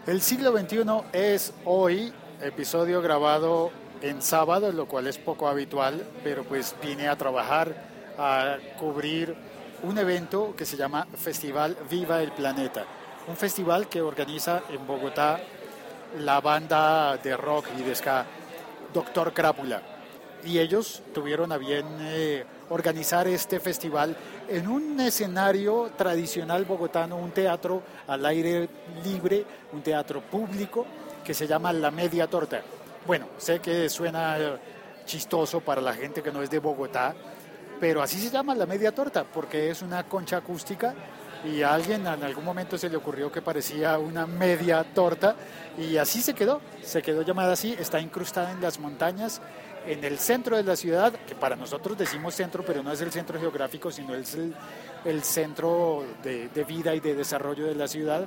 El siglo XXI es hoy, episodio grabado en sábado, lo cual es poco habitual, pero pues vine a trabajar, a cubrir un evento que se llama Festival Viva el Planeta. Un festival que organiza en Bogotá la banda de rock y de ska Doctor Crápula. Y ellos tuvieron a bien organizar este festival en un escenario tradicional bogotano, un teatro al aire libre, un teatro público que se llama La Media Torta. Bueno, sé que suena chistoso para la gente que no es de Bogotá, pero así se llama La Media Torta porque es una concha acústica y a alguien en algún momento se le ocurrió que parecía una media torta y así se quedó llamada así, está incrustada en las montañas, en el centro de la ciudad, que para nosotros decimos centro, pero no es el centro geográfico, sino es el centro de vida y de desarrollo de la ciudad.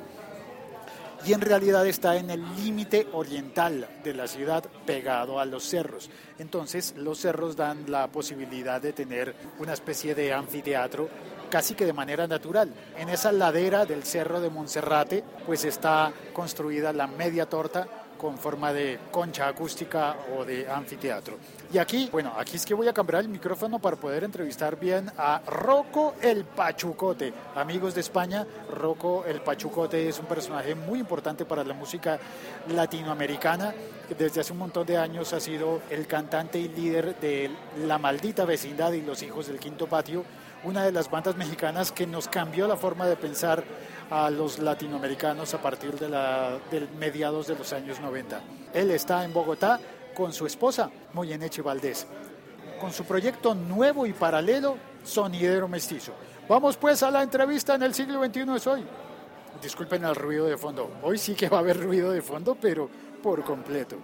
Y en realidad está en el límite oriental de la ciudad, pegado a los cerros. Entonces, los cerros dan la posibilidad de tener una especie de anfiteatro casi que de manera natural. En esa ladera del Cerro de Monserrate, pues está construida la Media Torta con forma de concha acústica o de anfiteatro. Y aquí es que voy a cambiar el micrófono para poder entrevistar bien a Rocco el Pachucote. Amigos de España, Rocco el Pachucote es un personaje muy importante para la música latinoamericana. Desde hace un montón de años ha sido el cantante y líder de La Maldita Vecindad y Los Hijos del Quinto Patio, una de las bandas mexicanas que nos cambió la forma de pensar a los latinoamericanos a partir de mediados de los años 90. Él está en Bogotá con su esposa, Moyeneche Valdés, con su proyecto nuevo y paralelo, Sonidero Mestizo. Vamos pues a la entrevista en El siglo XXI es hoy. Disculpen el ruido de fondo. Hoy sí que va a haber ruido de fondo, pero por completo.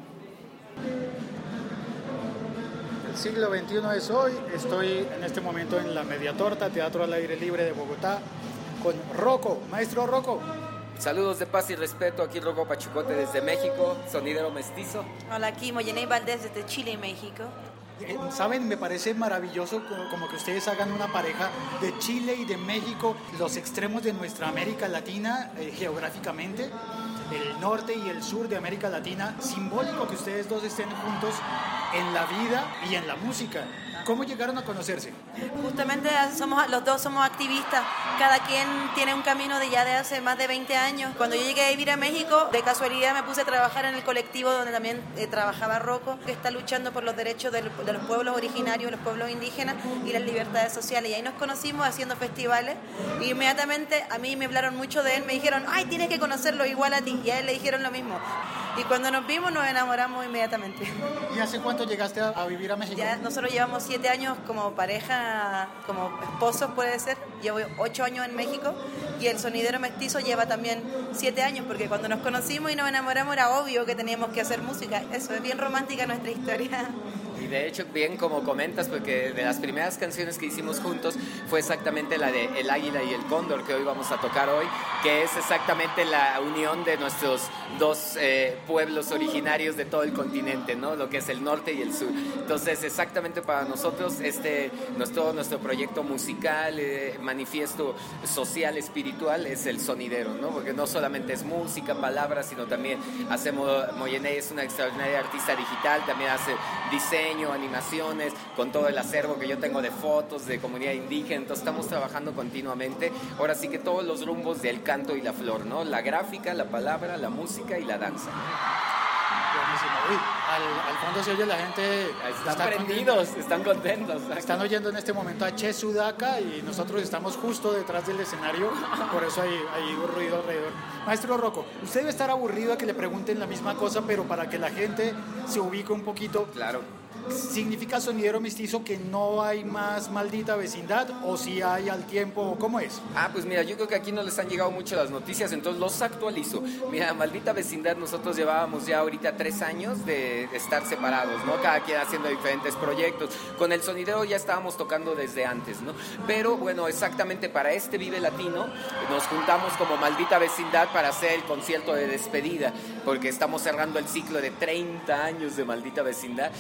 El siglo XXI es hoy. Estoy en este momento en La Media Torta, Teatro al Aire Libre de Bogotá, con Rocco. Maestro Rocco. Saludos de paz y respeto, aquí Rocco Pachucote desde México, Sonidero Mestizo. Hola, aquí Moyeneche Valdés desde Chile y México. Saben, me parece maravilloso como que ustedes hagan una pareja de Chile y de México, los extremos de nuestra América Latina geográficamente, el norte y el sur de América Latina, simbólico que ustedes dos estén juntos en la vida y en la música. ¿Cómo llegaron a conocerse? Justamente los dos somos activistas, cada quien tiene un camino de hace más de 20 años. Cuando yo llegué a vivir a México, de casualidad me puse a trabajar en el colectivo donde también trabajaba Rocco, que está luchando por los derechos de los pueblos originarios, los pueblos indígenas y las libertades sociales. Y ahí nos conocimos haciendo festivales y inmediatamente a mí me hablaron mucho de él, me dijeron, ay, tienes que conocerlo igual a ti, y a él le dijeron lo mismo. Y cuando nos vimos nos enamoramos inmediatamente. ¿Y hace cuánto llegaste a vivir a México? Ya nosotros llevamos 7 años como pareja, como esposos puede ser. Llevo 8 años en México y el Sonidero Mestizo lleva también 7 años, porque cuando nos conocimos y nos enamoramos era obvio que teníamos que hacer música. Eso, es bien romántica nuestra historia. Y de hecho, bien como comentas, porque de las primeras canciones que hicimos juntos fue exactamente la de El Águila y el Cóndor, que hoy vamos a tocar hoy, que es exactamente la unión de nuestros dos pueblos originarios de todo el continente, ¿no? Lo que es el norte y el sur. Entonces, exactamente para nosotros, nuestro proyecto musical, manifiesto social, espiritual, es el sonidero, ¿no? Porque no solamente es música, palabras, sino también Moyeneche es una extraordinaria artista digital, también hace diseño, animaciones, con todo el acervo que yo tengo de fotos de comunidad indígena. Entonces estamos trabajando continuamente, ahora sí que todos los rumbos del canto y la flor, ¿no? La gráfica, la palabra, la música y la danza. Buenísimo. Uy, al fondo se oye la gente. Están prendidos, están contentos. Están oyendo en este momento a Che Sudaca y nosotros estamos justo detrás del escenario, por eso hay un ruido alrededor. Maestro Rocco, usted debe estar aburrido a que le pregunten la misma cosa, pero para que la gente se ubique un poquito. Claro. ¿Significa Sonidero Mestizo que no hay más Maldita Vecindad o si hay al tiempo? ¿Cómo es? Pues mira, yo creo que aquí no les han llegado mucho las noticias, entonces los actualizo. Mira, Maldita Vecindad, nosotros llevábamos ya ahorita 3 años de estar separados, ¿no? Cada quien haciendo diferentes proyectos. Con el Sonidero ya estábamos tocando desde antes, ¿no? Pero bueno, exactamente para este Vive Latino nos juntamos como Maldita Vecindad para hacer el concierto de despedida, porque estamos cerrando el ciclo de 30 años de Maldita Vecindad. Entonces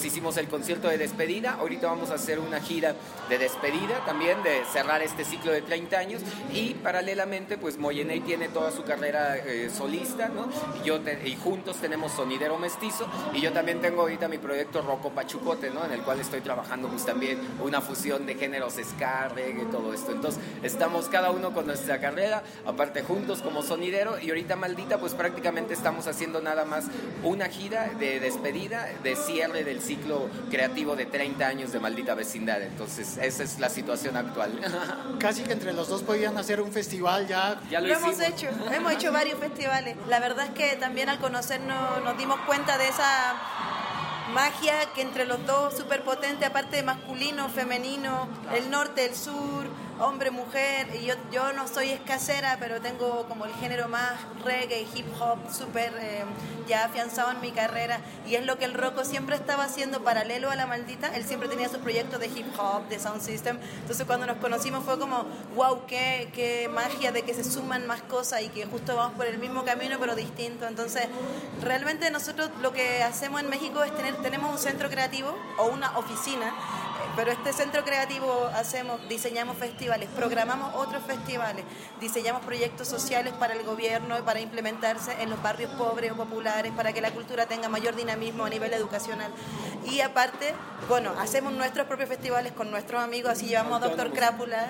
hicimos el concierto de despedida, ahorita vamos a hacer una gira de despedida también, de cerrar este ciclo de 30 años, y paralelamente pues Moyenei tiene toda su carrera solista, ¿no? Y juntos tenemos Sonidero Mestizo, y yo también tengo ahorita mi proyecto Rocco Pachucote, ¿no? En el cual estoy trabajando pues también una fusión de géneros ska, reggae, todo esto. Entonces estamos cada uno con nuestra carrera, aparte juntos como sonidero, y ahorita Maldita pues prácticamente estamos haciendo nada más una gira de despedida, de cierre del ciclo creativo de 30 años de Maldita Vecindad. Entonces esa es la situación actual. Casi que entre los dos podían hacer un festival ya. Ya lo hemos hecho varios festivales. La verdad es que también al conocernos nos dimos cuenta de esa magia que entre los dos súper potente, aparte de masculino, femenino, el norte, el sur, hombre, mujer. Y yo no soy escasera, pero tengo como el género más reggae, hip hop, súper ya afianzado en mi carrera. Y es lo que el Rocco siempre estaba haciendo paralelo a la Maldita. Él siempre tenía sus proyectos de hip hop, de sound system. Entonces cuando nos conocimos fue como, wow, qué magia de que se suman más cosas y que justo vamos por el mismo camino pero distinto. Entonces realmente nosotros lo que hacemos en México es tenemos un centro creativo o una oficina, pero este centro creativo diseñamos festivales, programamos otros festivales, diseñamos proyectos sociales para el gobierno y para implementarse en los barrios pobres o populares, para que la cultura tenga mayor dinamismo a nivel educacional. Y aparte, bueno, hacemos nuestros propios festivales con nuestros amigos, así llevamos a Dr. Crápula,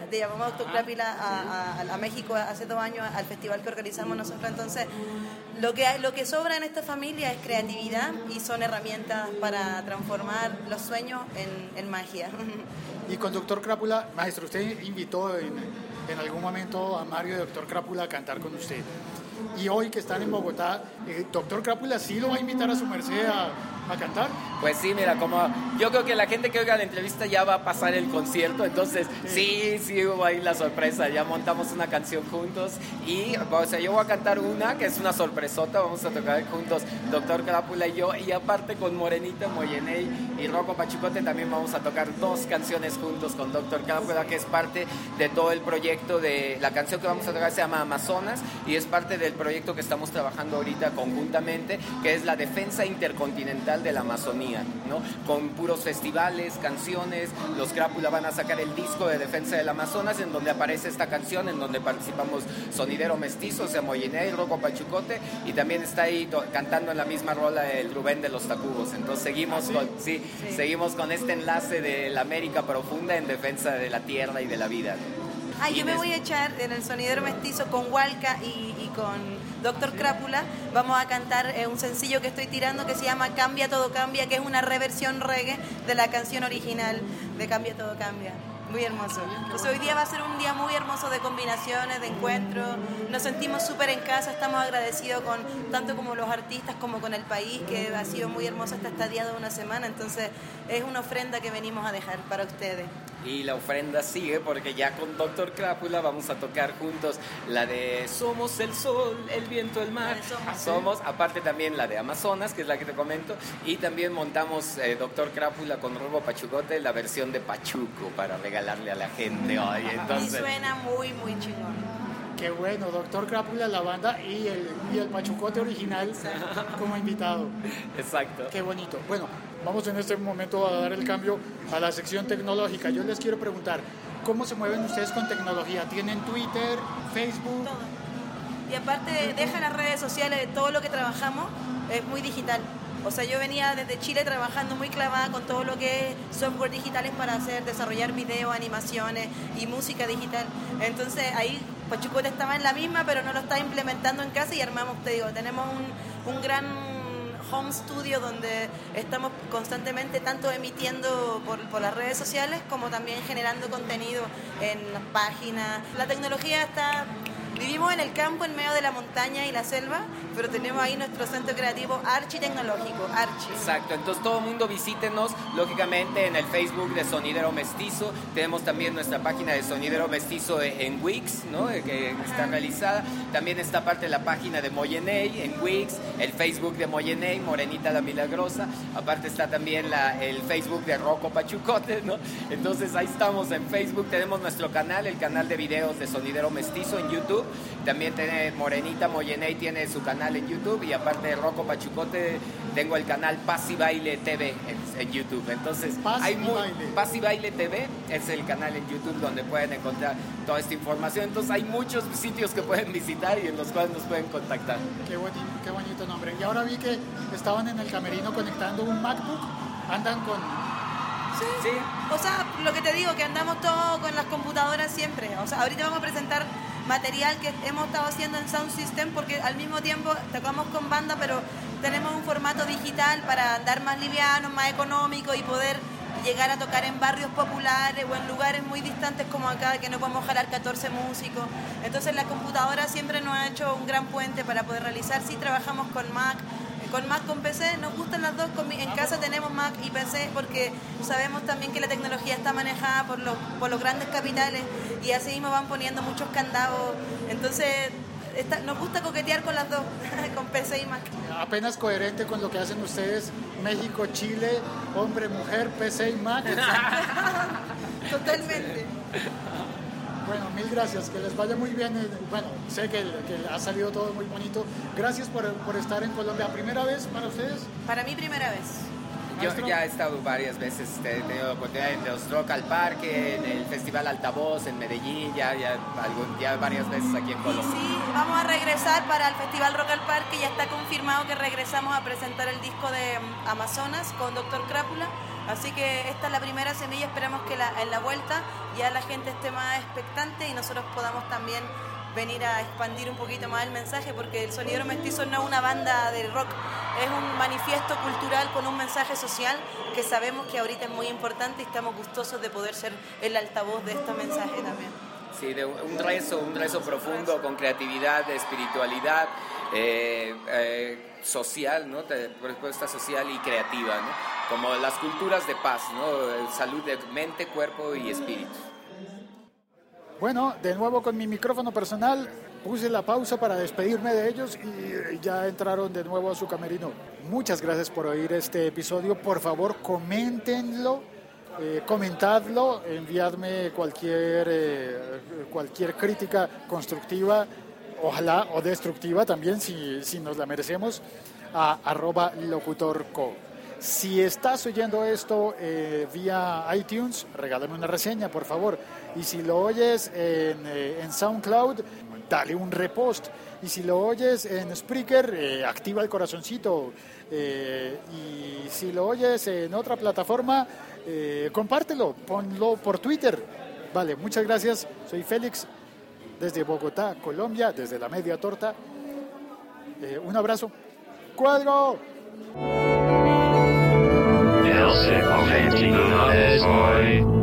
a México hace 2 años al festival que organizamos nosotros. Entonces, lo que sobra en esta familia es creatividad y son herramientas para transformar los sueños en magia. Y con Dr. Crápula, maestro, usted invitó en algún momento a Mario de Dr. Crápula a cantar con usted. Y hoy que están en Bogotá, Dr. Crápula sí lo va a invitar a su merced a cantar. Pues sí, mira, como yo creo que la gente que oiga la entrevista ya va a pasar el concierto, entonces sí hubo ahí la sorpresa, ya montamos una canción juntos y, o sea, yo voy a cantar una que es una sorpresota, vamos a tocar juntos Dr. Crápula y yo, y aparte con Morenita, Moyenei y Rocco Pachucote también vamos a tocar 2 canciones juntos con Dr. Crápula, que es parte de todo el proyecto. De la canción que vamos a tocar se llama Amazonas y es parte del proyecto que estamos trabajando ahorita conjuntamente, que es la defensa intercontinental de la Amazonía, ¿no? Con puros festivales, canciones. Los Crápula van a sacar el disco de defensa del Amazonas, en donde aparece esta canción, en donde participamos Sonidero Mestizo, o sea, Moyenei, Rocco Pachucote, y también está ahí cantando en la misma rola el Rubén de los Tacubos. Entonces seguimos con este enlace de la América profunda en defensa de la tierra y de la vida. Yo me voy a echar en el Sonidero Mestizo con Walca y con Dr. Crápula. Vamos a cantar un sencillo que estoy tirando que se llama Cambia Todo Cambia, que es una reversión reggae de la canción original de Cambia Todo Cambia. Muy hermoso. Pues hoy día va a ser un día muy hermoso de combinaciones, de encuentros. Nos sentimos súper en casa, estamos agradecidos con tanto como los artistas como con el país, que ha sido muy hermoso esta estadía de una semana. Entonces es una ofrenda que venimos a dejar para ustedes. Y la ofrenda sigue porque ya con Dr. Crápula vamos a tocar juntos la de Somos el Sol, el Viento, el Mar. Somos, aparte también la de Amazonas, que es la que te comento, y también montamos Dr. Crápula con Rocco Pachucote, la versión de Pachuco para regalarle a la gente hoy. Entonces, y suena muy, muy chingón. Qué bueno, Dr. Crápula, la banda y el Pachucote original como invitado. Exacto. Qué bonito. Bueno, vamos en este momento a dar el cambio a la sección tecnológica. Yo les quiero preguntar, ¿cómo se mueven ustedes con tecnología? ¿Tienen Twitter, Facebook? Todo. Y aparte, deja las redes sociales, todo lo que trabajamos es muy digital. O sea, yo venía desde Chile trabajando muy clavada con todo lo que es software digitales para desarrollar video, animaciones y música digital. Entonces ahí Pachucote estaba en la misma, pero no lo estaba implementando en casa y armamos, tenemos un gran home studio donde estamos constantemente tanto emitiendo por las redes sociales como también generando contenido en las páginas. La tecnología está... Vivimos en el campo, en medio de la montaña y la selva, pero tenemos ahí nuestro centro creativo Archi Tecnológico, Archi. Exacto, entonces todo el mundo visítenos, lógicamente en el Facebook de Sonidero Mestizo, tenemos también nuestra página de Sonidero Mestizo en Wix, ¿no? Que está realizada, también está parte de la página de Moyenei en Wix, el Facebook de Moyenei, Morenita la Milagrosa, aparte está también el Facebook de Rocco Pachucote, ¿no? Entonces ahí estamos en Facebook, tenemos nuestro canal, el canal de videos de Sonidero Mestizo en YouTube. También tiene Morenita Moyenei, tiene su canal en YouTube, y aparte de Rocco Pachucote tengo el canal Paz y Baile TV en YouTube. Entonces, Paz y Baile. Paz y Baile TV es el canal en YouTube donde pueden encontrar toda esta información. Entonces, hay muchos sitios que pueden visitar y en los cuales nos pueden contactar. Qué bonito nombre. Y ahora vi que estaban en el camerino conectando un MacBook. Andan con... Sí. O sea, lo que te digo, que andamos todos con las computadoras siempre. O sea, ahorita vamos a presentar material que hemos estado haciendo en Sound System porque al mismo tiempo tocamos con banda, pero tenemos un formato digital para andar más liviano, más económico y poder llegar a tocar en barrios populares o en lugares muy distantes como acá, que no podemos jalar 14 músicos. Entonces la computadora siempre nos ha hecho un gran puente para poder realizar. Sí, trabajamos con Mac, con PC, nos gustan las dos. En casa tenemos Mac y PC porque sabemos también que la tecnología está manejada por los grandes capitales y así mismo van poniendo muchos candados. Entonces nos gusta coquetear con las dos, con PC y Mac. Apenas coherente con lo que hacen ustedes, México, Chile, hombre, mujer, PC y Mac. Totalmente. Bueno, mil gracias, que les vaya muy bien. Bueno, sé que ha salido todo muy bonito. Gracias por estar en Colombia. ¿Primera vez para ustedes? Para mí, primera vez. Yo ya he estado varias veces, he tenido la oportunidad en los Rock al Parque, en el Festival Altavoz, en Medellín, ya varias veces aquí en Colombia. Y sí, vamos a regresar para el Festival Rock al Parque, ya está confirmado que regresamos a presentar el disco de Amazonas con Dr. Crápula, así que esta es la primera semilla, esperamos que en la vuelta ya la gente esté más expectante y nosotros podamos también venir a expandir un poquito más el mensaje, porque el Sonidero Mestizo no es una banda de rock, es un manifiesto cultural con un mensaje social que sabemos que ahorita es muy importante y estamos gustosos de poder ser el altavoz de este mensaje también. Sí, de un rezo profundo con creatividad, de espiritualidad, social, ¿no? De propuesta social y creativa, ¿no? Como las culturas de paz, ¿no? Salud de mente, cuerpo y espíritu. Bueno, de nuevo con mi micrófono personal, puse la pausa para despedirme de ellos y ya entraron de nuevo a su camerino. Muchas gracias por oír este episodio. Por favor, coméntenlo, comentadlo, enviadme cualquier crítica constructiva, ojalá, o destructiva también, si nos la merecemos, a @locutorco. Si estás oyendo esto vía iTunes, regálame una reseña, por favor. Y si lo oyes en SoundCloud, dale un repost. Y si lo oyes en Spreaker, activa el corazoncito. Y si lo oyes en otra plataforma, compártelo, ponlo por Twitter. Vale, muchas gracias. Soy Félix, desde Bogotá, Colombia, desde la Media Torta. Un abrazo. ¡Cuadro! El Sick of Antigua Hoy.